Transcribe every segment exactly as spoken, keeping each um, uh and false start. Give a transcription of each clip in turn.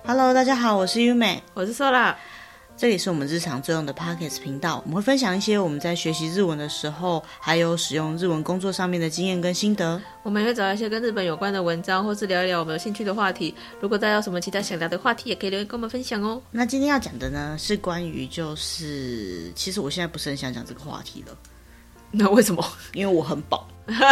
Hello， 大家好，我是优美， 我是Sola， 这里是我们日常最用的 Podcast 频道，我们会分享一些我们在学习日文的时候，还有使用日文工作上面的经验跟心得。 我们也会找一些跟日本有关的文章，或是聊一聊我们有兴趣的话题。如果大家有什么其他想聊的话题，也可以留言跟我们分享哦。 那今天要讲的呢，是关于就是，其实我现在不是很想讲这个话题了。 那为什么？ 因为我很饱。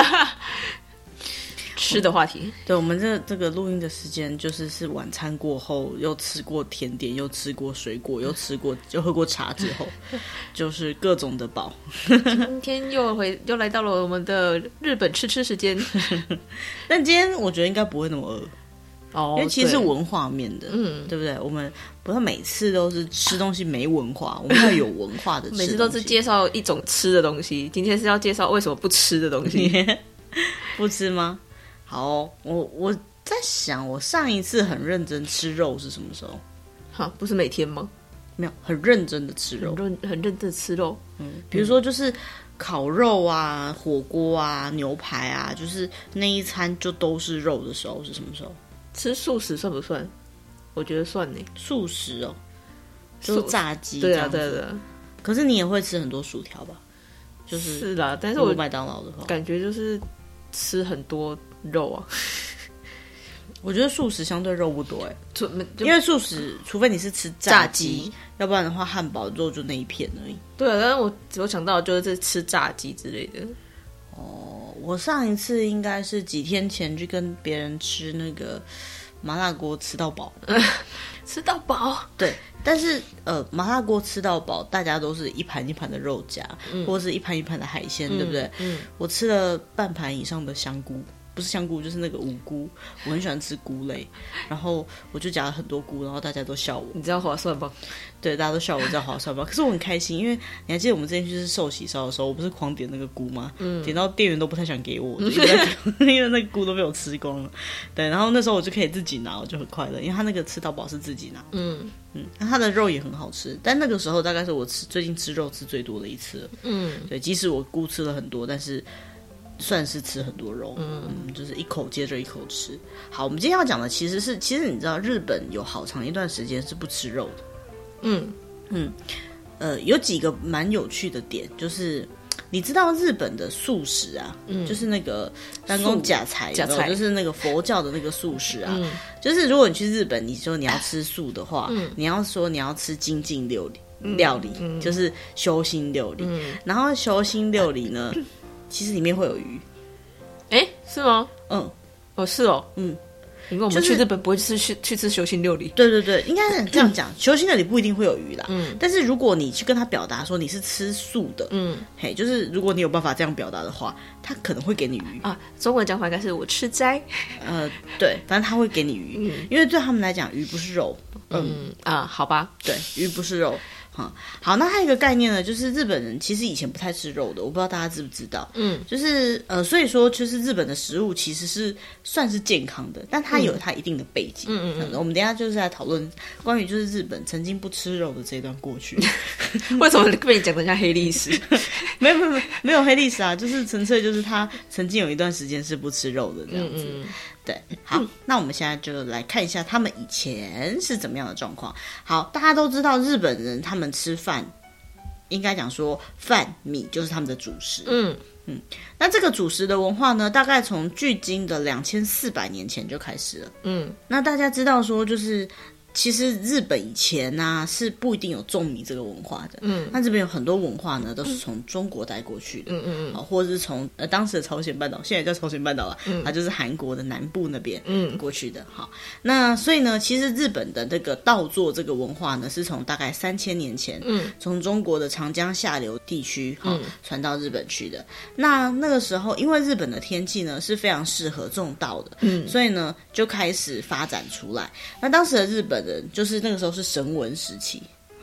吃的话题， 对，我们这这个录音的时间就是是晚餐过后，又吃过甜点，又吃过水果，又吃过，又喝过茶之后，就是各种的饱。 今天又回又来到了我们的日本吃吃时间， 但今天我觉得应该不会那么饿。 哦， 因为其实是文化面的， 嗯， 对不对？我们不是每次都是吃东西没文化，我们要有文化的吃东西。 每次都是介绍一种吃的东西，今天是要介绍为什么不吃的东西。 不吃吗？好哦，我我在想，我上一次很认真吃肉是什么时候？ 哈，不是每天吗？ 没有，很认真的吃肉， 很认很认真的吃肉。 嗯，比如说就是烤肉啊、火锅啊、牛排啊，就是那一餐就都是肉的时候是什么时候？ 吃素食算不算？我觉得算呢。 素食哦，就是炸鸡。 对啊，对啊，对啊。 可是你也会吃很多薯条吧？就是是啦，但是我麦当劳的话， 感觉就是吃很多肉啊。 我觉得素食相对肉不多哎，因为素食除非你是吃炸鸡，要不然的话汉堡肉就那一片而已。 对啊，但是我我想到就是吃炸鸡之类的。 哦，我上一次应该是几天前去跟别人吃那个麻辣锅，吃到饱。 吃到饱， 对，但是呃，麻辣锅吃到饱，大家都是一盘一盘的肉夹，嗯、或者是一盘一盘的海鲜，嗯、对不对？嗯，我吃了半盘以上的香菇，不是香菇，就是那个五菇，我很喜欢吃菇类，然后我就夹了很多菇，然后大家都笑我。 你知道划算吗？对， 大家都笑我，知道划算吗？可是我很开心，因为你还记得我们之前去吃寿喜烧的时候，我不是狂点那个菇吗？嗯，点到店员都不太想给我，因为那个菇都被我吃光了。对，然后那时候我就可以自己拿，我就很快乐，因为他那个吃到饱是自己拿。嗯嗯，那他的肉也很好吃，但那个时候大概是我吃最近吃肉吃最多的一次了。嗯，对，即使我菇吃了很多，但是算是吃很多肉。嗯嗯，就是一口接着一口吃。好，我们今天要讲的其实是，其实你知道日本有好长一段时间是不吃肉的。嗯嗯，呃，有几个蛮有趣的点，就是你知道日本的素食啊，嗯、就是那个单宫假菜，假菜就是那个佛教的那个素食啊，嗯、就是如果你去日本，你说你要吃素的话，嗯、你要说你要吃精进料理，嗯、料理、嗯、就是修心料理，嗯、然后修心料理呢，嗯、其实里面会有鱼， 哎，是吗？嗯，哦，是哦，嗯。因为我们去日本不会吃、就是、去, 去吃修心料理， 对对对，应该是这样讲，修心料理不一定会有鱼啦。嗯，但是如果你去跟他表达说你是吃素的，嗯，嘿，就是如果你有办法这样表达的话，他可能会给你鱼啊。中文讲法应该是我吃斋， 呃，对，反正他会给你鱼，嗯、因为对他们来讲，鱼不是肉。 嗯, 嗯啊，好吧， 对，鱼不是肉。好，好，那还有一个概念呢，就是日本人其实以前不太吃肉的，我不知道大家知不知道。嗯，就是呃，所以说，就是日本的食物其实是算是健康的，但它有它一定的背景。嗯嗯嗯。我们等一下就是来讨论关于就是日本曾经不吃肉的这一段过去。 为什么被你讲得像黑历史？ 没有没有没有没有黑历史啊，就是纯粹就是他曾经有一段时间是不吃肉的这样子。嗯嗯对，好，嗯、那我们现在就来看一下他们以前是怎么样的状况。好，大家都知道日本人他们吃饭，应该讲说饭米就是他们的主食。嗯嗯，那这个主食的文化呢，大概从距今的两千四百年前就开始了。嗯，那大家知道说就是。其实日本以前呢、啊、是不一定有种米这个文化的，嗯，那这边有很多文化呢都是从中国带过去的，嗯嗯嗯，或者是从呃当时的朝鲜半岛，现在叫朝鲜半岛了，嗯，它就是韩国的南部那边，嗯，过去的，好，那所以呢，其实日本的这个稻作这个文化呢，是从大概三千年前，嗯，从中国的长江下流地区，哈、嗯，传到日本去的。那那个时候，因为日本的天气呢是非常适合种稻的，嗯，所以呢就开始发展出来。那当时的日本人就是那个时候是绳文时期，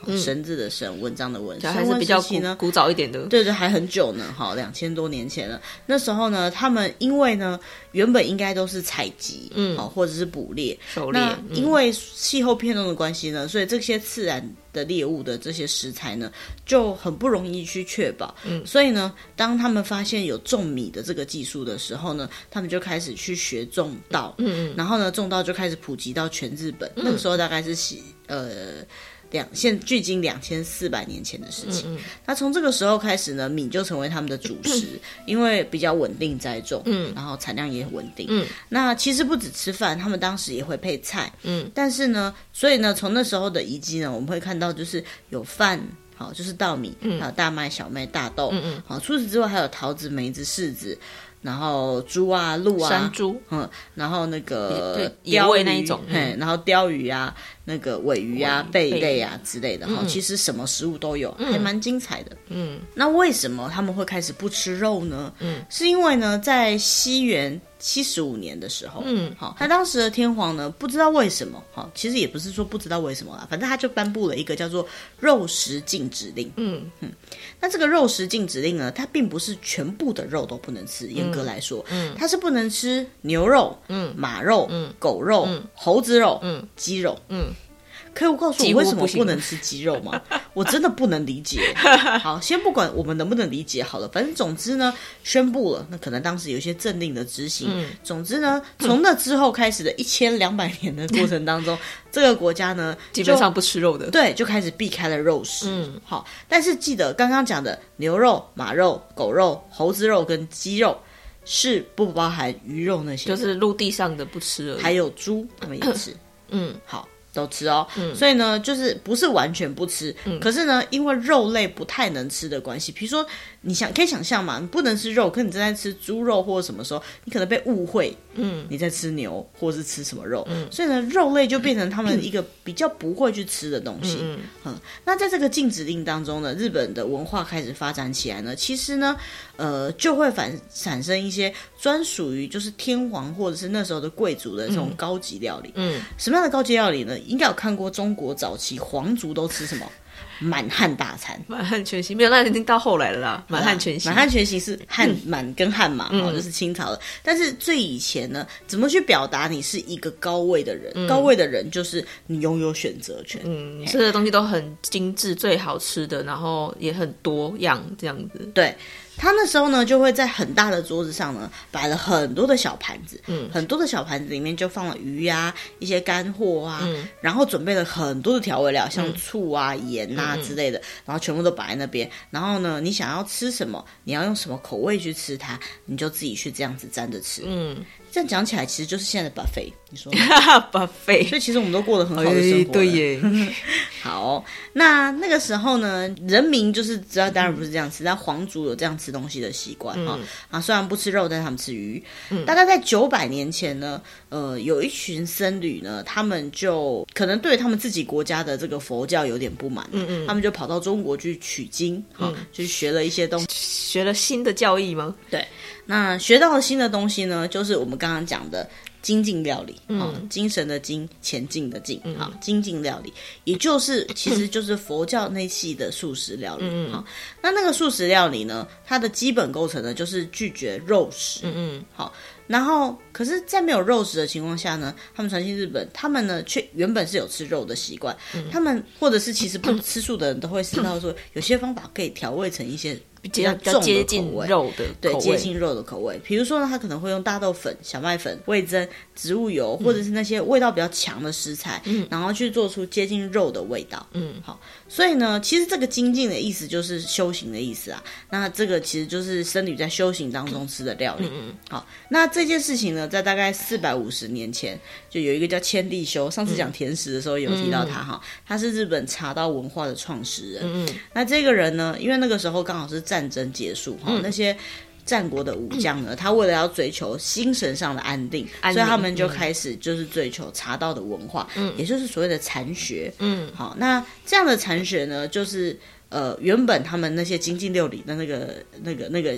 嗯、绳子的绳，文章的文， 还是比较古呢古早一点的， 对对，还很久呢，哈，两千多年前了。那时候呢，他们因为呢，原本应该都是采集，嗯，好，或者是捕猎、 狩猎， 那因为气候变动的关系呢，所以这些自然的猎物的这些食材呢，就很不容易去确保。嗯，所以呢，当他们发现有种米的这个技术的时候呢，他们就开始去学种稻，嗯嗯，然后呢，种稻就开始普及到全日本。嗯、那个时候大概是呃。两现距今两千四百年前的事情，嗯嗯那从这个时候开始呢，米就成为他们的主食，嗯、因为比较稳定栽种，嗯，然后产量也很稳定，嗯，那其实不止吃饭，他们当时也会配菜，嗯，但是呢，所以呢，从那时候的遗迹呢，我们会看到就是有饭。好，就是稻米，嗯、还有大麦、小麦、大豆，嗯嗯，好，除此之外还有桃子、梅子、柿子。然后猪啊、鹿啊、 山猪， 嗯，然后那个野味那一种， 嗯，然后鲷鱼啊、那个尾鱼啊、贝类啊之类的，哈、嗯，其实什么食物都有，嗯、还蛮精彩的。嗯，那为什么他们会开始不吃肉呢？嗯，是因为呢，在西元七十五年的时候，嗯，好，他当时的天皇呢，不知道为什么，好，其实也不是说不知道为什么啦，反正他就颁布了一个叫做肉食禁止令。嗯嗯，那这个肉食禁止令呢，它并不是全部的肉都不能吃，严格来说，嗯，它是不能吃牛肉、嗯，马肉、嗯，狗肉、嗯，猴子肉、嗯，鸡肉，嗯。可以告诉我为什么不能吃鸡肉吗？我真的不能理解。好，先不管我们能不能理解好了，反正总之呢，宣布了，那可能当时有一些政令的执行。嗯、总之呢，从那之后开始的一千两百年的过程当中，这个国家呢基本上不吃肉的， 对，就开始避开了肉食。嗯，好，但是记得刚刚讲的牛肉、马肉、狗肉、猴子肉跟鸡肉。是不包含鱼肉那些， 就是陆地上的不吃而已。 还有猪，他们也吃。嗯，好。都吃哦，嗯、所以呢，就是不是完全不吃，嗯、可是呢，因为肉类不太能吃的关系，比如说你想可以想象嘛，你不能吃肉，可是你正在吃猪肉或者什么时候，你可能被误会，嗯，你在吃牛或者是吃什么肉，嗯，所以呢，肉类就变成他们一个比较不会去吃的东西，嗯嗯，那在这个禁止令当中呢，日本的文化开始发展起来呢，其实呢，呃，就会反产生一些专属于就是天皇或者是那时候的贵族的这种高级料理，嗯，什么样的高级料理呢？应该有看过中国早期皇族都吃什么？满汉大餐， 满汉全席没有，那已经到后来了啦。满汉全席， 满汉全席是汉满跟汉嘛，嗯、哦，就是清朝的。但是最以前呢，怎么去表达你是一个高位的人？嗯、高位的人就是你拥有选择权， 嗯，吃的东西都很精致，最好吃的，然后也很多样这样子。 对。他那时候呢，就会在很大的桌子上呢，摆了很多的小盘子，嗯，很多的小盘子里面就放了鱼啊，一些干货啊，嗯，然后准备了很多的调味料，像醋啊、嗯、盐啊之类的，然后全部都摆在那边。然后呢，你想要吃什么，你要用什么口味去吃它，你就自己去这样子沾着吃，嗯。这样讲起来，其实就是现在的 buffet， 你说 buffet， 所以其实我们都过得很好的生活、哎。 对耶。 好，那那个时候呢，人民就是知道，当然不是这样吃，但皇族有这样吃东西的习惯啊、嗯、啊，虽然不吃肉，但是他们吃鱼。嗯、大概在九百年前呢，呃，有一群僧侣呢，他们就可能对他们自己国家的这个佛教有点不满，嗯嗯，他们就跑到中国去取经，哈、嗯，去学了一些东西， 学了新的教义吗？ 对。那学到的新的东西呢，就是我们刚刚讲的精进料理，嗯、哦，精神的精，前进的进，好、嗯，精进料理，也就是其实就是佛教那系的素食料理，嗯好，那那个素食料理呢，它的基本构成呢，就是拒绝肉食，嗯嗯，好。然后，可是，在没有肉食的情况下呢，他们传进日本，他们呢却原本是有吃肉的习惯，嗯、他们或者是其实不吃素的人都会知道说，有些方法可以调味成一些比较重的口味， 接近肉的对，接近肉的口味。比如说呢，他可能会用大豆粉、小麦粉、味噌、植物油，或者是那些味道比较强的食材，嗯、然后去做出接近肉的味道。嗯，好，所以呢，其实这个精进的意思就是修行的意思啊。那这个其实就是僧侣在修行当中吃的料理。嗯嗯，好，那这件事情呢，在大概四百五十年前，就有一个叫千利休，上次讲甜食的时候有提到他哈，嗯、他是日本茶道文化的创始人。嗯，那这个人呢，因为那个时候刚好是战争结束哈，嗯、那些战国的武将呢，他为了要追求精神上的安定，安定所以他们就开始就是追求茶道的文化，嗯，也就是所谓的禅学。嗯，好，那这样的禅学呢，就是呃，原本他们那些精进料理的那个、那个、那个。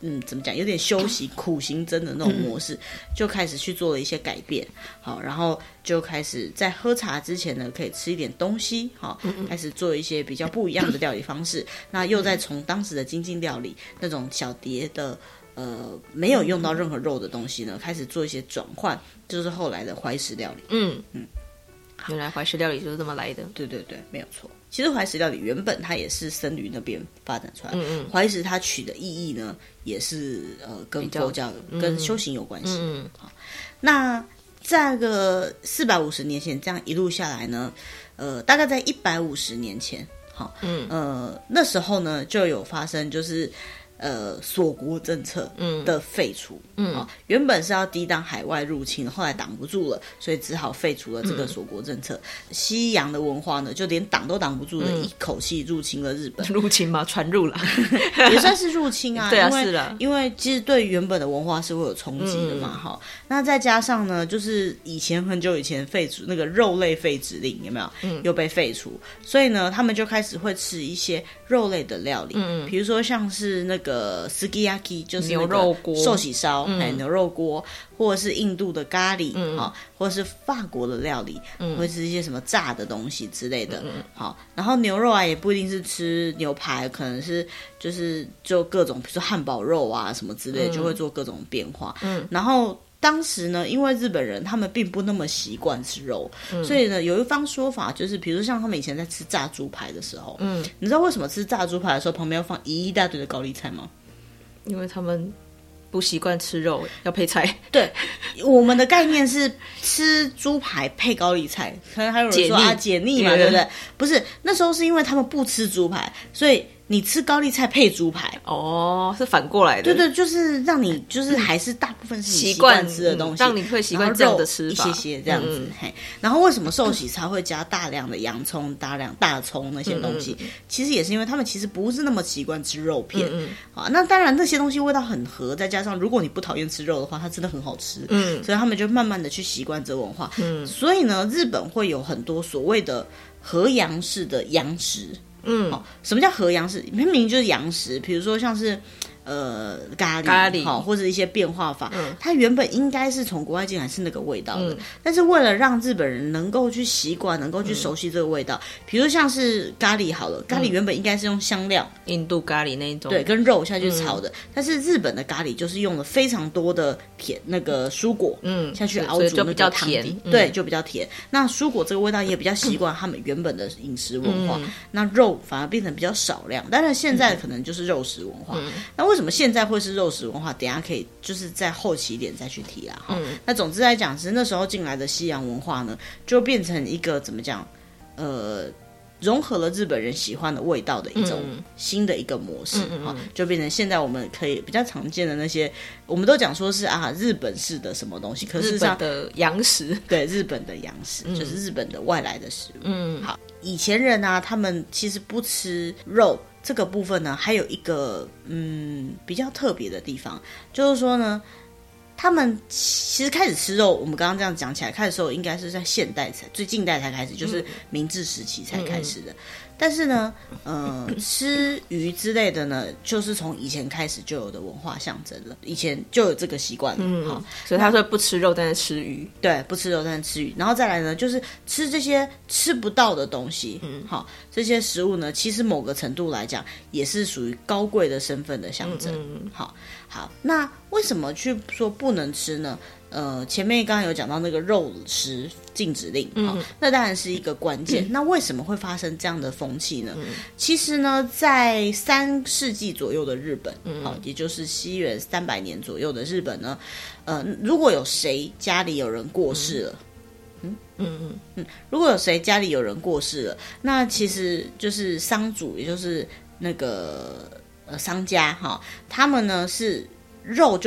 嗯，怎么讲，有点修习苦行僧的那种模式，就开始去做了一些改变。好，然后就开始在喝茶之前呢，可以吃一点东西，好，开始做一些比较不一样的料理方式。那又再从当时的精进料理那种小碟的呃没有用到任何肉的东西呢，开始做一些转换，就是后来的怀石料理。 嗯嗯，原来怀石料理就是这么来的。 对对对，没有错。其实怀石料理原本它也是僧侣那边发展出来， 嗯嗯， 怀石它取的意义呢，也是呃跟佛教、嗯、跟修行有关系。 嗯， 好，那这个四百五十年前这样一路下来呢，呃，大概在一百五十年前，好，嗯呃那时候呢就有发生就是。呃，锁国政策的废除，嗯、哦，原本是要抵挡海外入侵，后来挡不住了，所以只好废除了这个锁国政策。嗯、西洋的文化呢，就连挡都挡不住的，嗯、一口气入侵了日本。 入侵吗？传入了， 也算是入侵啊。 对啊， 因为是了， 因为其实对原本的文化是会有冲击的嘛，哈、嗯。那再加上呢，就是以前很久以前废除那个肉类废止令，有没有？嗯，又被废除，所以呢，他们就开始会吃一些肉类的料理，嗯，比如说像是那个。呃 ，sukiyaki 就是牛肉锅、 寿喜烧，哎、嗯，牛肉锅，或者是印度的咖喱， 嗯， 好，或者是法国的料理，嗯，或者是一些什么炸的东西之类的， 嗯， 好，然后牛肉啊，也不一定是吃牛排，可能是就是就各种，比如说汉堡肉啊什么之类的，嗯、就会做各种变化，嗯，然后。当时呢，因为日本人他们并不那么习惯吃肉，嗯、所以呢，有一方说法就是，比如像他们以前在吃炸猪排的时候，嗯，你知道为什么吃炸猪排的时候旁边要放一大堆的高丽菜吗？ 因为他们不习惯吃肉，要配菜。 对，我们的概念是吃猪排配高丽菜，可能还有人说啊解腻嘛，对不对？不是，那时候是因为他们不吃猪排，所以。你吃高丽菜配猪排哦，是反过来的。 对对，就是让你就是还是大部分是你习惯吃的东西， 嗯、让你会习惯这样的吃法， 一些些这样子。嗯、嘿，然后为什么寿喜才会加大量的洋葱、大量大葱那些东西？嗯、其实也是因为他们其实不是那么习惯吃肉片。嗯啊，那当然那些东西味道很合，再加上如果你不讨厌吃肉的话，它真的很好吃。嗯，所以他们就慢慢的去习惯这文化。嗯，所以呢，日本会有很多所谓的和洋式的洋食。嗯，好，什么叫和洋食？明明就是洋食，比如说像是呃咖喱， 咖喱好，或者一些变化法，嗯、它原本应该是从国外进来是那个味道的，嗯、但是为了让日本人能够去习惯，能够去熟悉这个味道，嗯、比如像是咖喱好了，咖喱原本应该是用香料， 印度咖喱那一种， 对，跟肉下去炒的，嗯、但是日本的咖喱就是用了非常多的甜那个蔬果，嗯，下去熬煮那个汤底，嗯、对，就比较甜。那蔬果这个味道也比较习惯他们原本的饮食文化，嗯、那肉反而变成比较少量，但是现在可能就是肉食文化。嗯、那为什么现在会是肉食文化？等一下可以就是在后期一点再去提啦。嗯、那总之来讲，是那时候进来的西洋文化呢，就变成一个怎么讲？呃。融合了日本人喜欢的味道的一种新的一个模式，嗯嗯、就变成现在我们可以比较常见的那些，我们都讲说是啊日本式的什么东西，可是日本的洋食， 对，日本的洋食、嗯、就是日本的外来的食物。嗯，好，以前人啊，他们其实不吃肉这个部分呢，还有一个嗯比较特别的地方，就是说呢。他们其实开始吃肉，我们刚刚这样讲起来，开始吃肉应该是在现代才最近代才开始，就是明治时期才开始的。嗯、但是呢，呃，吃鱼之类的呢，就是从以前开始就有的文化象征了，以前就有这个习惯了。嗯，好， 所以他说不吃肉，但是吃鱼。 对，不吃肉，但是吃鱼。然后再来呢，就是吃这些吃不到的东西。嗯，好，这些食物呢，其实某个程度来讲，也是属于高贵的身份的象征。嗯嗯、好。好，那为什么去说不能吃呢？呃，前面刚刚有讲到那个肉食禁止令，嗯、哦，那当然是一个关键。嗯、那为什么会发生这样的风气呢？嗯、其实呢，在三世纪左右的日本，嗯、哦，也就是西元三百年左右的日本呢，呃，如果有谁家里有人过世了，嗯嗯嗯嗯，如果有谁家里有人过世了，那其实就是丧主，也就是那个。呃，商家哈，他们呢是肉就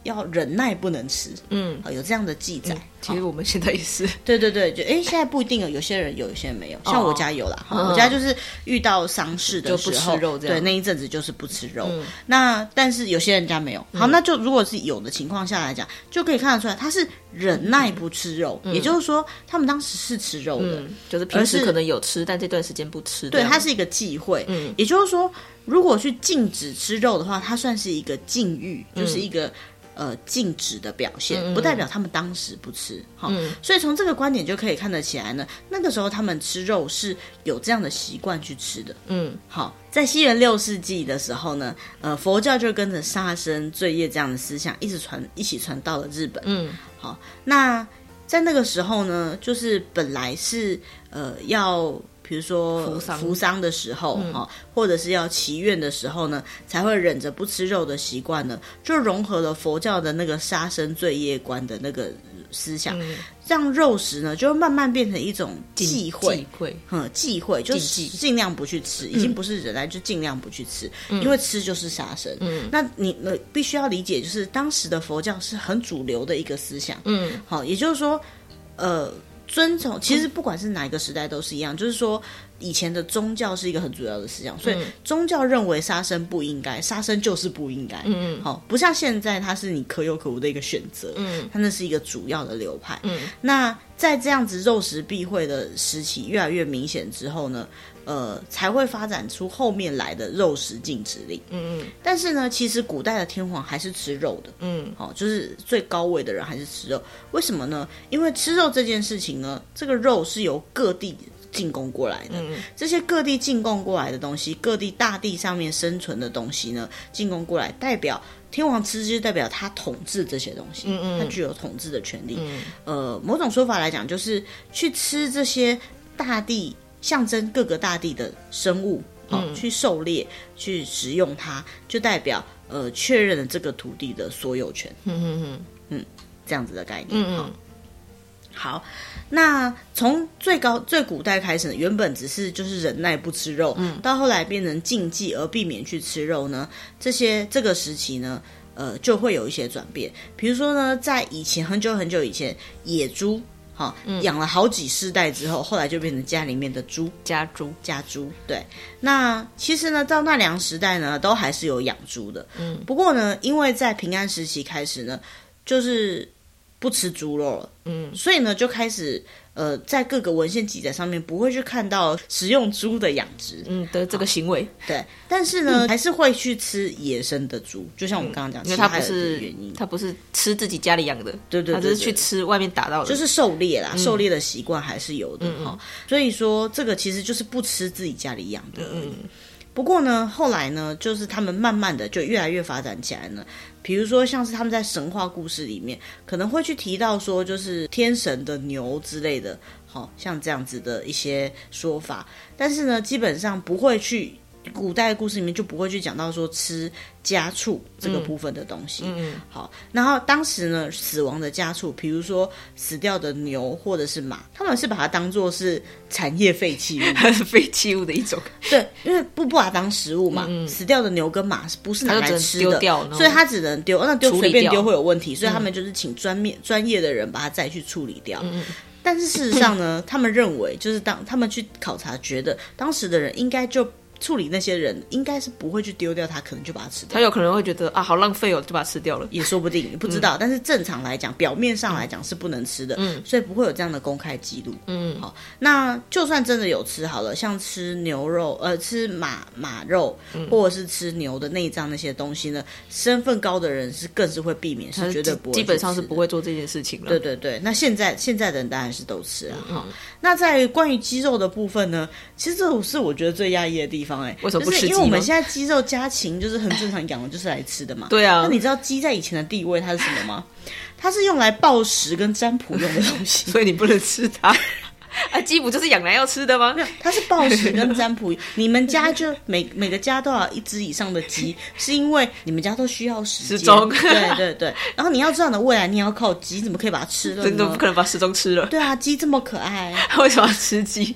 要忍耐不能吃，嗯，有这样的记载。嗯、 其实我们现在也是， 对对对，就哎，现在不一定有，有些人有，有些人没有。像我家有啦，哦、我家就是遇到丧事的时候，就不吃肉这样，对，那一阵子就是不吃肉。嗯、那但是有些人家没有，好，嗯、那就如果是有的情况下来讲，就可以看得出来，他是忍耐不吃肉，嗯、也就是说，他们当时是吃肉的，嗯、 就是平时可能有吃，但这段时间不吃。 对，它是一个忌讳，嗯，也就是说。如果去禁止吃肉的话，它算是一个禁欲，嗯、就是一个呃禁止的表现，嗯、不代表他们当时不吃。哈、嗯，所以从这个观点就可以看得起来呢，那个时候他们吃肉是有这样的习惯去吃的。嗯，好，在西元六世纪的时候呢，呃，佛教就跟着杀生罪业这样的思想一直传，一起传到了日本。嗯，好，那在那个时候呢，就是本来是呃要。比如说扶丧, 扶丧的时候、嗯、或者是要祈愿的时候呢，才会忍着不吃肉的习惯呢，就融合了佛教的那个杀生罪业观的那个思想，嗯、让肉食呢就慢慢变成一种忌讳，忌讳，嗯，忌讳就是尽量不去吃，已经不是忍耐，就尽量不去吃，嗯、因为吃就是杀生。嗯，那你呃必须要理解，就是当时的佛教是很主流的一个思想。嗯，好，也就是说，呃。遵从，其实不管是哪一个时代都是一样，嗯、就是说以前的宗教是一个很主要的思想，所以宗教认为杀生不应该，杀生就是不应该。嗯，好，不像现在它是你可有可无的一个选择。嗯，它那是一个主要的流派。嗯，那在这样子肉食避讳的时期越来越明显之后呢，呃，才会发展出后面来的肉食禁止令。嗯嗯，但是呢，其实古代的天皇还是吃肉的。嗯，好，就是最高位的人还是吃肉。为什么呢？因为吃肉这件事情呢，这个肉是由各地进贡过来的。嗯，这些各地进贡过来的东西，各地大地上面生存的东西呢，进贡过来，代表天王吃就代表他统治这些东西，嗯嗯，他具有统治的权利。嗯，呃，某种说法来讲，就是去吃这些大地。象征各个大地的生物，哦嗯、去狩猎，去食用它，就代表呃确认了这个土地的所有权。嗯嗯嗯嗯，这样子的概念。嗯嗯。好，那从最高最古代开始，原本只是就是忍耐不吃肉，嗯，到后来变成禁忌而避免去吃肉呢，这些这个时期呢，呃，就会有一些转变。比如说呢，在以前很久很久以前，野猪。好、嗯，养了好几世代之后，后来就变成家里面的猪， 家猪， 家猪。对，那其实呢，到奈良时代呢，都还是有养猪的。嗯，不过呢，因为在平安时期开始呢，就是不吃猪肉了。嗯，所以呢，就开始呃，在各个文献记载上面不会去看到食用猪的养殖， 嗯的这个行为。 对，但是呢，嗯、还是会去吃野生的猪，就像我们刚刚讲， 因为它不是原因，它不是吃自己家里养的， 对 对, 对, 对, 对， 它只是去吃外面打到的， 就是狩猎啦，嗯、狩猎的习惯还是有的哈、嗯。所以说，这个其实就是不吃自己家里养的。嗯。不过呢，后来呢，就是他们慢慢的就越来越发展起来呢。比如说，像是他们在神话故事里面，可能会去提到说，就是天神的牛之类的，好像这样子的一些说法。但是呢，基本上不会去古代故事里面就不会去讲到说吃家畜这个部分的东西。嗯，好，然后当时呢，死亡的家畜，比如说死掉的牛或者是马，他们是把它当作是产业废弃物， 它是废弃物的一种。 对，因为不不把它当食物嘛，嗯、死掉的牛跟马不是拿来吃的，所以它只能丢，那丢随便丢会有问题，所以他们就是请专业专业的人把它再去处理掉。嗯，但是事实上呢，他们认为就是当他们去考察，觉得当时的人应该就。处理那些人应该是不会去丢掉它，可能就把它吃掉。 他有可能会觉得啊，好浪费哦，就把它吃掉了， 也说不定，不知道。嗯、但是正常来讲，表面上来讲是不能吃的，嗯，所以不会有这样的公开记录。嗯，好，那就算真的有吃好了，像吃牛肉，呃，吃马马肉，嗯、或者是吃牛的内脏那些东西呢，身份高的人是更是会避免，是绝对不会， 基本上是不会做这件事情了。 对对对，那现在现在的人当然是都吃啊。好、嗯，那在关于鸡肉的部分呢，其实这是我觉得最压抑的地方。哎， 为什么不吃鸡？ 就是因为我们现在鸡肉家禽就是很正常养的，就是来吃的嘛。 对啊。 那你知道鸡在以前的地位它是什么吗？它是用来报食跟占卜用的东西， 所以你不能吃它。啊，鸡不就是养来要吃的吗？ 没有，它是报食跟占卜。你们家就每每个家都要一只以上的鸡，是因为你们家都需要时间。 时钟。 对对对。然后你要知道你的未来，你也要靠鸡，怎么可以把它吃了呢？ 真的不可能把时钟吃了。 对啊，鸡这么可爱， 为什么要吃鸡？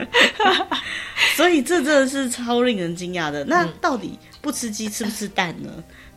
所以这真的是超令人惊讶的。那到底不吃鸡吃不吃蛋呢？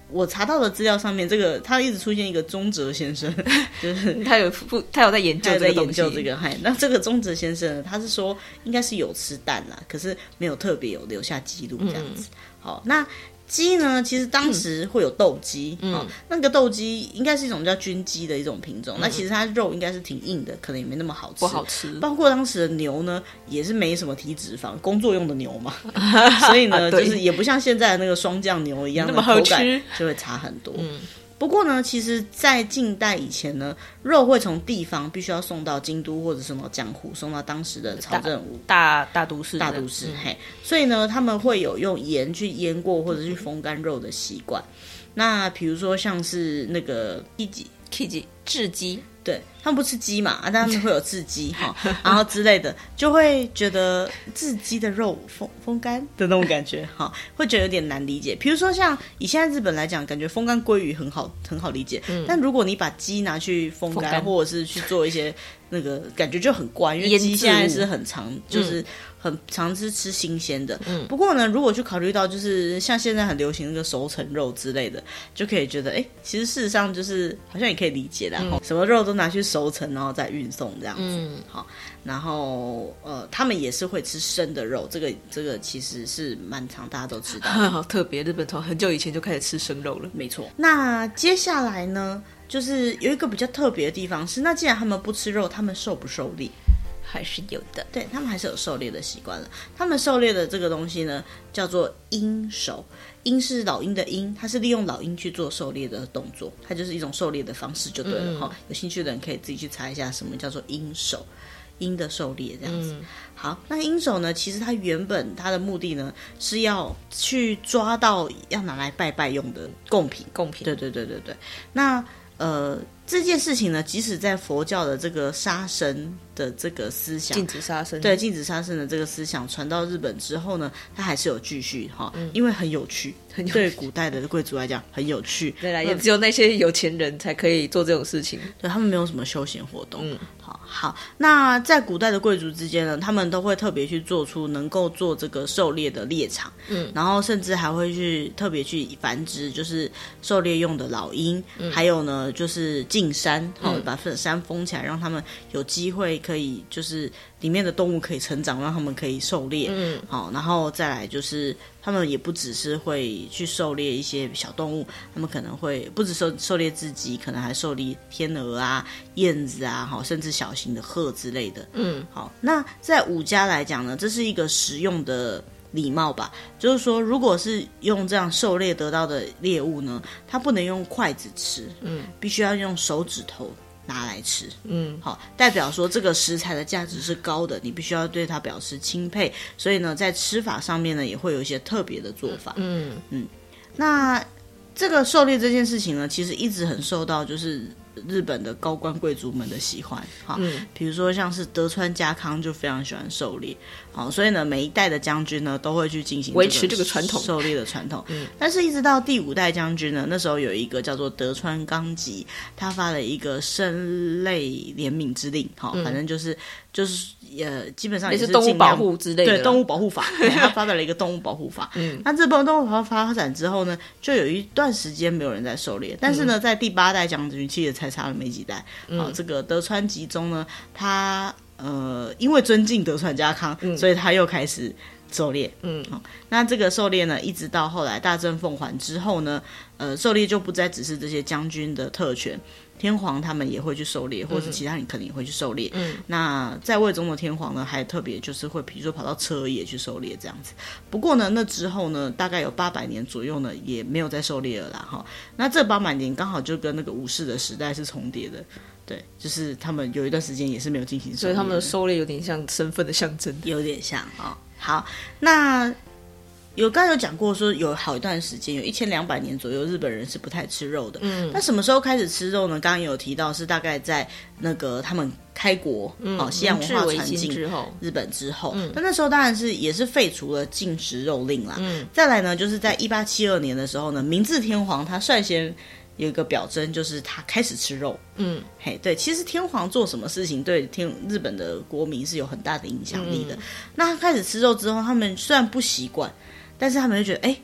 我查到的资料上面，这个他一直出现一个中哲先生，就是他有他有在研究这个东西， 在研究这个。嗨，那这个中哲先生呢，他是说应该是有吃蛋啦，可是没有特别有留下记录这样子。嗯、好，那鸡呢，其实当时会有斗鸡，嗯、哦，那个斗鸡应该是一种叫军鸡的一种品种，嗯、那其实它肉应该是挺硬的，可能也没那么好吃， 不好吃。 包括当时的牛呢，也是没什么体脂肪，工作用的牛嘛，所以呢，啊、就是也不像现在的那个霜降牛一样的口感就会差很多。嗯。不过呢，其实，在近代以前呢，肉会从地方必须要送到京都或者什么江户，送到当时的朝政屋大大, 大都市大都市、嗯、嘿，所以呢，他们会有用盐去腌过或者去风干肉的习惯。那比如说像是那个 Kiji Kiji 雉鸡。 对，他们不吃鸡嘛，啊，但他们会有雉鸡哈，然后之类的，就会觉得雉鸡的肉风风干的那种感觉哈，会觉得有点难理解。比如说像以现在日本来讲，感觉风干鲑鱼很好很好理解，嗯、但如果你把鸡拿去风干，风干或者是去做一些那个，感觉就很怪，因为鸡现在是很常就是很常是吃新鲜的。嗯、不过呢，如果去考虑到就是像现在很流行那个熟成肉之类的，就可以觉得哎，其实事实上就是好像也可以理解的，嗯、什么肉都拿去熟成，然后再运送这样子。嗯，好，然后呃，他们也是会吃生的肉，这个这个其实是蛮常大家都知道的。 好特别，日本从很久以前就开始吃生肉了。 没错。那接下来呢，就是有一个比较特别的地方是，那既然他们不吃肉，他们狩不狩猎？ 还是有的， 对，他们还是有狩猎的习惯了。他们狩猎的这个东西呢，叫做鹰狩。鹰是老鹰的鹰，它是利用老鹰去做狩猎的动作，它就是一种狩猎的方式就对了哈、嗯。有兴趣的人可以自己去查一下什么叫做鹰狩，鹰的狩猎这样子。嗯、好，那鹰狩呢，其实它原本它的目的呢是要去抓到要拿来拜拜用的贡品， 贡品。 对对对对对。那呃。这件事情呢，即使在佛教的这个杀生的这个思想， 禁止杀生， 对禁止杀生的这个思想传到日本之后呢，它还是有继续哈、嗯，因为很有趣，很有趣对古代的贵族来讲很有趣。 对啦，也只有那些有钱人才可以做这种事情， 对他们没有什么休闲活动。嗯，好，好，那在古代的贵族之间呢，他们都会特别去做出能够做这个狩猎的猎场，嗯，然后甚至还会去特别去繁殖，就是狩猎用的老鹰，嗯、还有呢就是。进山，好、哦，把山封起来，让他们有机会可以，就是里面的动物可以成长，让他们可以狩猎。嗯，好，然后再来就是他们也不只是会去狩猎一些小动物，他们可能会不止狩狩猎雉鸡，可能还狩猎天鹅啊、燕子啊，好，甚至小型的鹤之类的。嗯，好，那在武家来讲呢，这是一个实用的。礼貌吧，就是说，如果是用这样狩猎得到的猎物呢，它不能用筷子吃，嗯，必须要用手指头拿来吃，嗯，好，代表说这个食材的价值是高的，你必须要对它表示钦佩，所以呢，在吃法上面呢，也会有一些特别的做法，嗯嗯，那这个狩猎这件事情呢，其实一直很受到就是日本的高官贵族们的喜欢，哈，嗯，比如说像是德川家康就非常喜欢狩猎，好，所以呢，每一代的将军呢都会去进行维持这个传统狩猎的传统，嗯，但是一直到第五代将军呢，那时候有一个叫做德川纲吉，他发了一个生类怜悯之令，好，嗯，反正就是就是呃，基本上也是动物保护之类的， 对动物保护法，他发表了一个动物保护法，嗯，那这部动物保护法发展之后呢，就有一段时间没有人在狩猎，但是呢，嗯，在第八代将军其实才差了没几代，嗯，好，这个德川吉宗呢，他呃因为尊敬德川家康，嗯，所以他又开始狩猎，嗯，好，那这个狩猎呢，一直到后来大政奉还之后呢，呃，狩猎就不再只是这些将军的特权。天皇他们也会去狩猎，或者其他人可能也会去狩猎。嗯，那在位中的天皇呢，还特别就是会，比如说跑到车野去狩猎这样子。不过呢，那之后呢，大概有八百年左右呢，也没有再狩猎了啦。哈，那这八百年刚好就跟那个武士的时代是重叠的。对，就是他们有一段时间也是没有进行狩猎， 所以他们的狩猎有点像身份的象征， 有点像啊、哦。好，那。有刚才有讲过说有好一段时间有一千两百年左右日本人是不太吃肉的，嗯，那什么时候开始吃肉呢？刚刚有提到是大概在那个他们开国，嗯，哦，西洋文化传进日本之后，嗯，但那时候当然是也是废除了禁食肉令啦，嗯，再来呢就是在一八七二年的时候呢，明治天皇他率先有一个表征，就是他开始吃肉，嗯，嘿，对，其实天皇做什么事情对天日本的国民是有很大的影响力的，嗯，那他开始吃肉之后，他们虽然不习惯，但是他们就觉得，哎，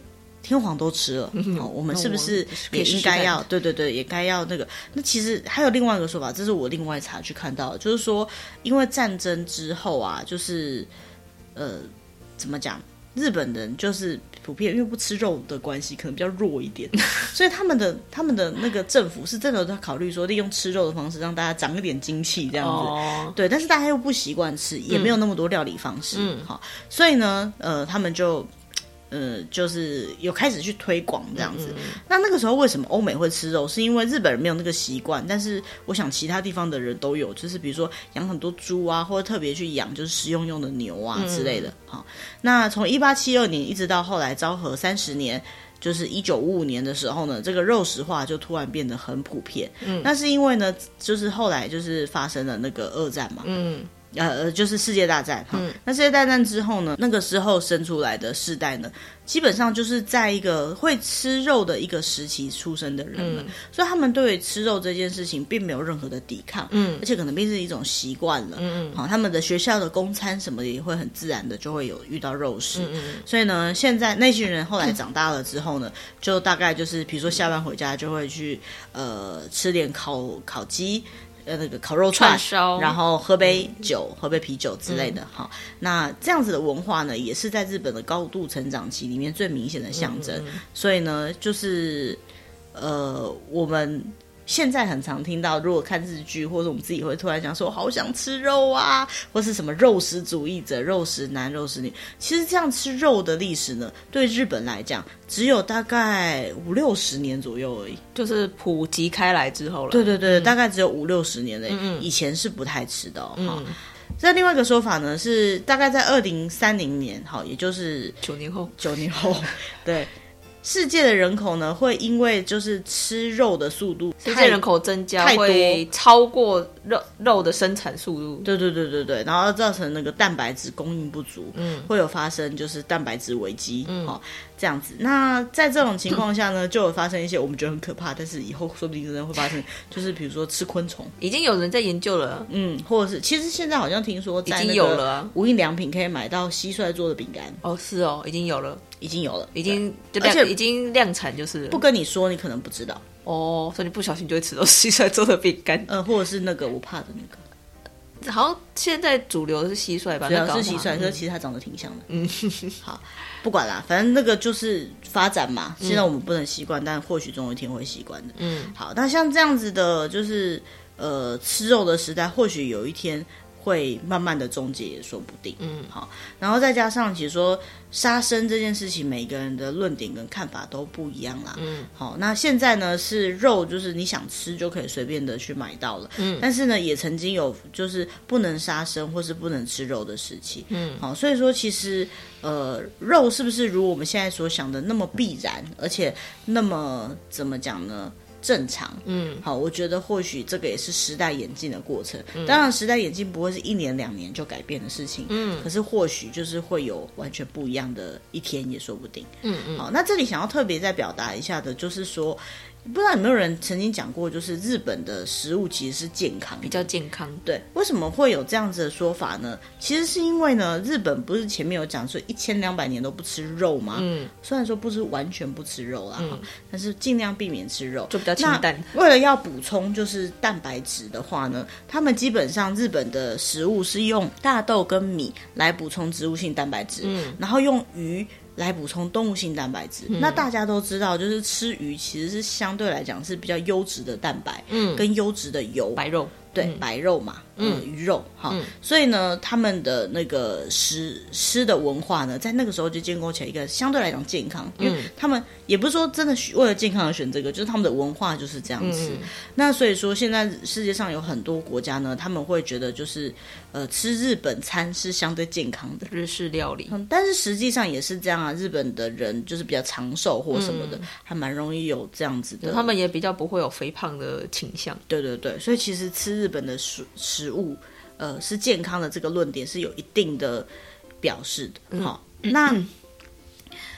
天皇都吃了，嗯哦、我们是不是也应该要？对对对，也该要那个。那其实还有另外一个说法，这是我另外查去看到的，就是说，因为战争之后啊，就是呃，怎么讲？日本人就是普遍因为不吃肉的关系，可能比较弱一点，所以他们的他们的那个政府是真的在考虑说，利用吃肉的方式让大家长一点精气这样子。哦、对，但是大家又不习惯吃，也没有那么多料理方式，嗯，好，所以呢，呃，他们就。呃，就是有开始去推广这样子。嗯嗯嗯那那个时候为什么欧美会吃肉？是因为日本人没有那个习惯，但是我想其他地方的人都有，就是比如说养很多猪啊，或者特别去养就是食用用的牛啊之类的。好、嗯，那从一八七二年一直到后来昭和三十年。就是一九五五年的时候呢，这个肉食化就突然变得很普遍。嗯，那是因为呢，就是后来就是发生了那个二战嘛。嗯。呃，就是世界大战哈、嗯。那世界大战之后呢，那个时候生出来的世代呢，基本上就是在一个会吃肉的一个时期出生的人们，嗯、所以他们对于吃肉这件事情并没有任何的抵抗，嗯，而且可能变成一种习惯了，嗯好，他们的学校的公餐什么的也会很自然的就会有遇到肉食，嗯嗯所以呢，现在那群人后来长大了之后呢，嗯、就大概就是比如说下班回家就会去呃吃点烤烤鸡。呃，那个烤肉串，然后喝杯酒、嗯、喝杯啤酒之类的哈、嗯。那这样子的文化呢，也是在日本的高度成长期里面最明显的象征。嗯嗯所以呢，就是呃，我们现在很常听到，如果看日剧，或者我们自己会突然讲说，我好想吃肉啊，或是什么肉食主义者、肉食男、肉食女。其实这样吃肉的历史呢，对日本来讲，只有大概五六十年左右而已， 就是普及开来之后了。 对对对，嗯、大概只有五六十年而已。嗯嗯以前是不太吃的、哦。嗯。这另外一个说法呢，是大概在二零三零年，好，也就是九年后， 九年后，对。世界的人口呢，会因为就是吃肉的速度， 世界人口增加会超过肉肉的生产速度。 对对对对对，然后造成那个蛋白质供应不足，嗯，会有发生就是蛋白质危机，嗯，哦，这样子。那在这种情况下呢，就有发生一些我们觉得很可怕，但是以后说不定真的会发生，就是比如说吃昆虫， 已经有人在研究了， 嗯，或者是其实现在好像听说在已经有了无印良品可以买到蟋蟀做的饼干。 哦，是哦，已经有了。 已经有了， 已经就而且已经量产，就是不跟你说，你可能不知道哦，所以你不小心就会吃到蟋蟀做的饼干， 呃，或者是那个我怕的那个，好像现在主流的是蟋蟀吧？ 主要是蟋蟀，可是其实它长得挺像的。嗯，好，不管啦，反正那个就是发展嘛。现在我们不能习惯，嗯、但或许总有一天会习惯的。嗯，好，那像这样子的，就是呃吃肉的时代，或许有一天会慢慢的终结也说不定。嗯，好，然后再加上其实说杀生这件事情，每个人的论点跟看法都不一样啦。嗯，好，那现在呢是肉，就是你想吃就可以随便的去买到了。嗯，但是呢也曾经有就是不能杀生或是不能吃肉的时期。嗯，好，所以说其实呃肉是不是如我们现在所想的那么必然，而且那么怎么讲呢？正常，嗯，好，我觉得或许这个也是时代演进的过程。嗯、当然，时代演进不会是一年两年就改变的事情，嗯，可是或许就是会有完全不一样的一天，也说不定。嗯嗯，好，那这里想要特别再表达一下的，就是说，不知道有没有人曾经讲过，就是日本的食物其实是健康的， 比较健康。 对，为什么会有这样子的说法呢？其实是因为呢，日本不是前面有讲说一千两百年都不吃肉吗？嗯，虽然说不是完全不吃肉啦，嗯、但是尽量避免吃肉， 就比较清淡。 为了要补充就是蛋白质的话呢，他们基本上日本的食物是用大豆跟米来补充植物性蛋白质，嗯，然后用鱼来补充动物性蛋白质。嗯、那大家都知道，就是吃鱼其实是相对来讲是比较优质的蛋白，嗯，跟优质的油， 白肉， 对， 嗯、 白肉嘛，嗯，呃、鱼肉哈，嗯、所以呢，他们的那个食吃的文化呢，在那个时候就建构起来一个相对来讲健康，因为他们也不是说真的为了健康而选这个，就是他们的文化就是这样子。嗯、那所以说，现在世界上有很多国家呢，他们会觉得就是呃，吃日本餐是相对健康的日式料理， 嗯，但是实际上也是这样啊。日本的人就是比较长寿或什么的，嗯、还蛮容易有这样子的， 他们也比较不会有肥胖的倾向。 对对对，所以其实吃日本的食食物，呃，是健康的这个论点是有一定的表示的。好、嗯，那。嗯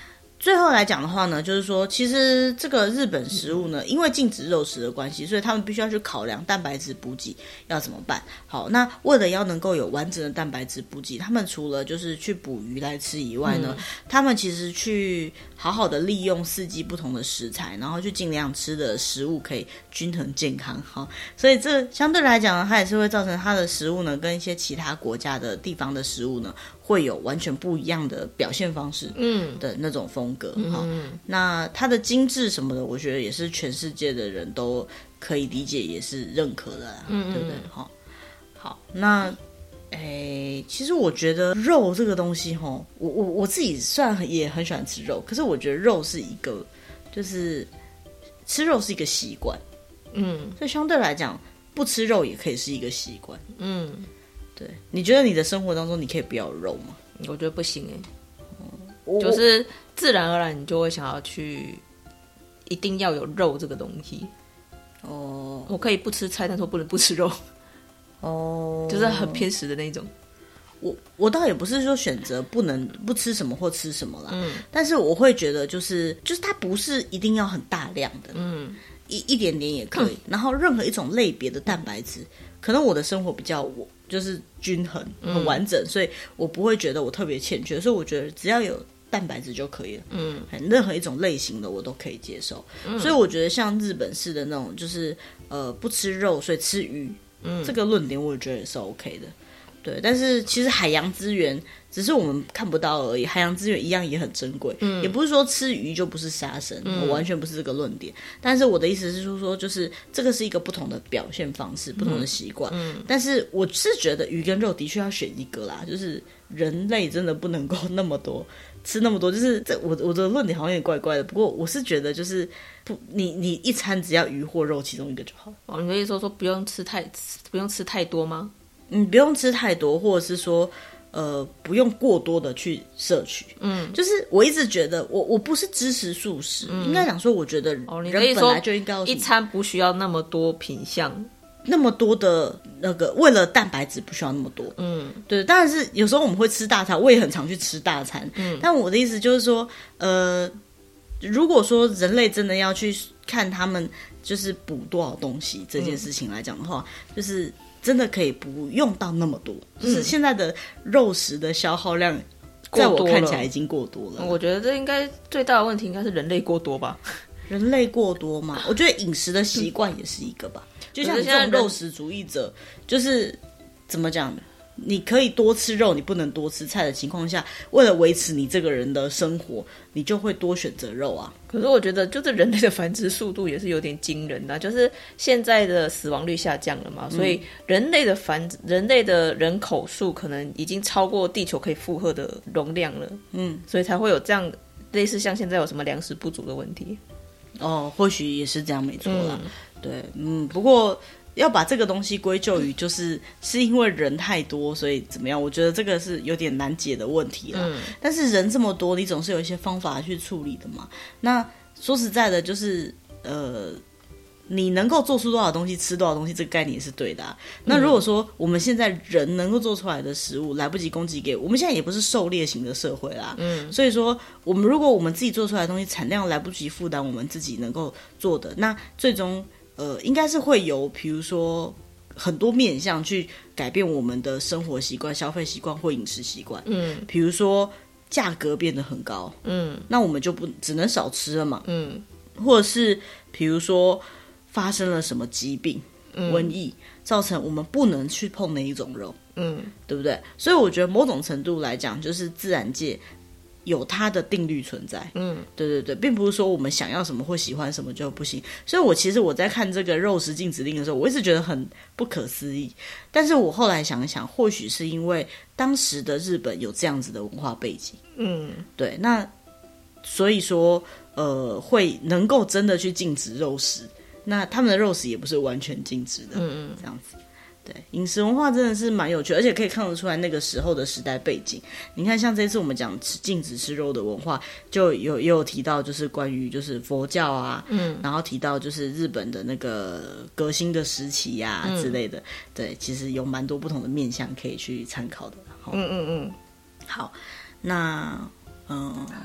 最后来讲的话呢，就是说，其实这个日本食物呢，因为禁止肉食的关系，所以他们必须要去考量蛋白质补给要怎么办。好，那为了要能够有完整的蛋白质补给，他们除了就是去捕鱼来吃以外呢，嗯、他们其实去好好的利用四季不同的食材，然后去尽量吃的食物可以均衡健康。好，所以这相对来讲呢，它也是会造成它的食物呢，跟一些其他国家的地方的食物呢，会有完全不一样的表现方式，嗯的那种风格。嗯，嗯那它的精致什么的，我觉得也是全世界的人都可以理解，也是认可的啦，嗯对不对？好，好，那诶，其实我觉得肉这个东西，哈，我我我自己虽然也很喜欢吃肉，可是我觉得肉是一个，就是吃肉是一个习惯，嗯，所以相对来讲，不吃肉也可以是一个习惯，嗯。对，你觉得你的生活当中你可以不要有肉吗？ 我觉得不行哎、嗯，就是自然而然你就会想要去，一定要有肉这个东西。哦，我可以不吃菜，但是我不能不吃肉。哦，就是很偏食的那种。 我我倒也不是说选择不能不吃什么或吃什么啦，嗯，但是我会觉得就是就是它不是一定要很大量的，嗯，一一点点也可以。嗯、然后任何一种类别的蛋白质，可能我的生活比较我。就是均衡很完整、嗯、所以我不会觉得我特别欠缺，所以我觉得只要有蛋白质就可以了，嗯，任何一种类型的我都可以接受、嗯、所以我觉得像日本式的那种就是呃不吃肉所以吃鱼、嗯、这个论点我觉得也是 OK 的，对，但是其实海洋资源只是我们看不到而已，海洋资源一样也很珍贵、嗯、也不是说吃鱼就不是杀生、嗯、我完全不是这个论点，但是我的意思是说就是这个是一个不同的表现方式、嗯、不同的习惯、嗯、但是我是觉得鱼跟肉的确要选一个啦，就是人类真的不能够那么多吃那么多，就是这我我的论点好像有点怪怪的，不过我是觉得就是不你你一餐只要鱼或肉其中一个就好。 哦，你的意思说说不用吃太不用吃太多吗？ 嗯，不用吃太多，或者是说呃，不用过多的去摄取，嗯，就是我一直觉得，我我不是支持素食，嗯、应该讲说，我觉得人本来就应该一餐不需要那么多品项， 那么多的那个为了蛋白质不需要那么多，嗯，对，当然是有时候我们会吃大餐，我也很常去吃大餐，嗯，但我的意思就是说，呃，如果说人类真的要去看他们就是补多少东西这件事情来讲的话，嗯、就是。真的可以不用到那么多，就是现在的肉食的消耗量，在我看起来已经过多了。 我觉得这应该最大的问题应该是人类过多吧？ 人类过多嘛？我觉得饮食的习惯也是一个吧。就像这种肉食主义者，就是怎么讲？你可以多吃肉，你不能多吃菜的情况下，为了维持你这个人的生活，你就会多选择肉啊。 可是我觉得，就是人类的繁殖速度也是有点惊人的、啊，就是现在的死亡率下降了嘛，所以人类的繁殖，人类的人口数可能已经超过地球可以负荷的容量了，嗯，所以才会有这样类似像现在有什么粮食不足的问题。 哦，或许也是这样，没错啦。嗯、对，嗯，不过。要把这个东西归咎于就是是因为人太多所以怎么样，我觉得这个是有点难解的问题啦、嗯、但是人这么多你总是有一些方法去处理的嘛。那说实在的就是呃，你能够做出多少东西吃多少东西这个概念也是对的、啊、那如果说我们现在人能够做出来的食物来不及供给给我们，现在也不是狩猎型的社会啦，嗯，所以说我们如果我们自己做出来的东西产量来不及负担我们自己能够做的，那最终呃，应该是会有，比如说很多面向去改变我们的生活习惯、消费习惯或饮食习惯。嗯，比如说价格变得很高，嗯，那我们就不只能少吃了嘛。嗯，或者是比如说发生了什么疾病、嗯、瘟疫，造成我们不能去碰那一种肉。嗯，对不对？所以我觉得某种程度来讲，就是自然界。有它的定律存在，嗯，对对对，并不是说我们想要什么或喜欢什么就不行。所以我其实我在看这个肉食禁止令的时候，我一直觉得很不可思议。但是我后来想一想，或许是因为当时的日本有这样子的文化背景，嗯，对，那所以说呃，会能够真的去禁止肉食，那他们的肉食也不是完全禁止的，嗯嗯，这样子。对，饮食文化真的是蛮有趣，而且可以看得出来那个时候的时代背景。你看，像这次我们讲吃禁止吃肉的文化，就有也有提到，就是关于就是佛教啊，嗯，然后提到就是日本的那个革新的时期呀、啊嗯、之类的。对，其实有蛮多不同的面向可以去参考的。嗯嗯嗯。好，那嗯，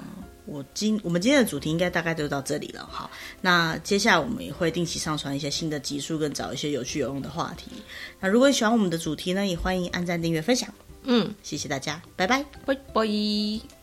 我今我们今天的主题应该大概就到这里了。好，那接下来我们也会定期上传一些新的集数，跟找一些有趣有用的话题。那如果你喜欢我们的主题呢，也欢迎按赞、订阅、分享。 嗯， 谢谢大家，拜拜， 拜拜。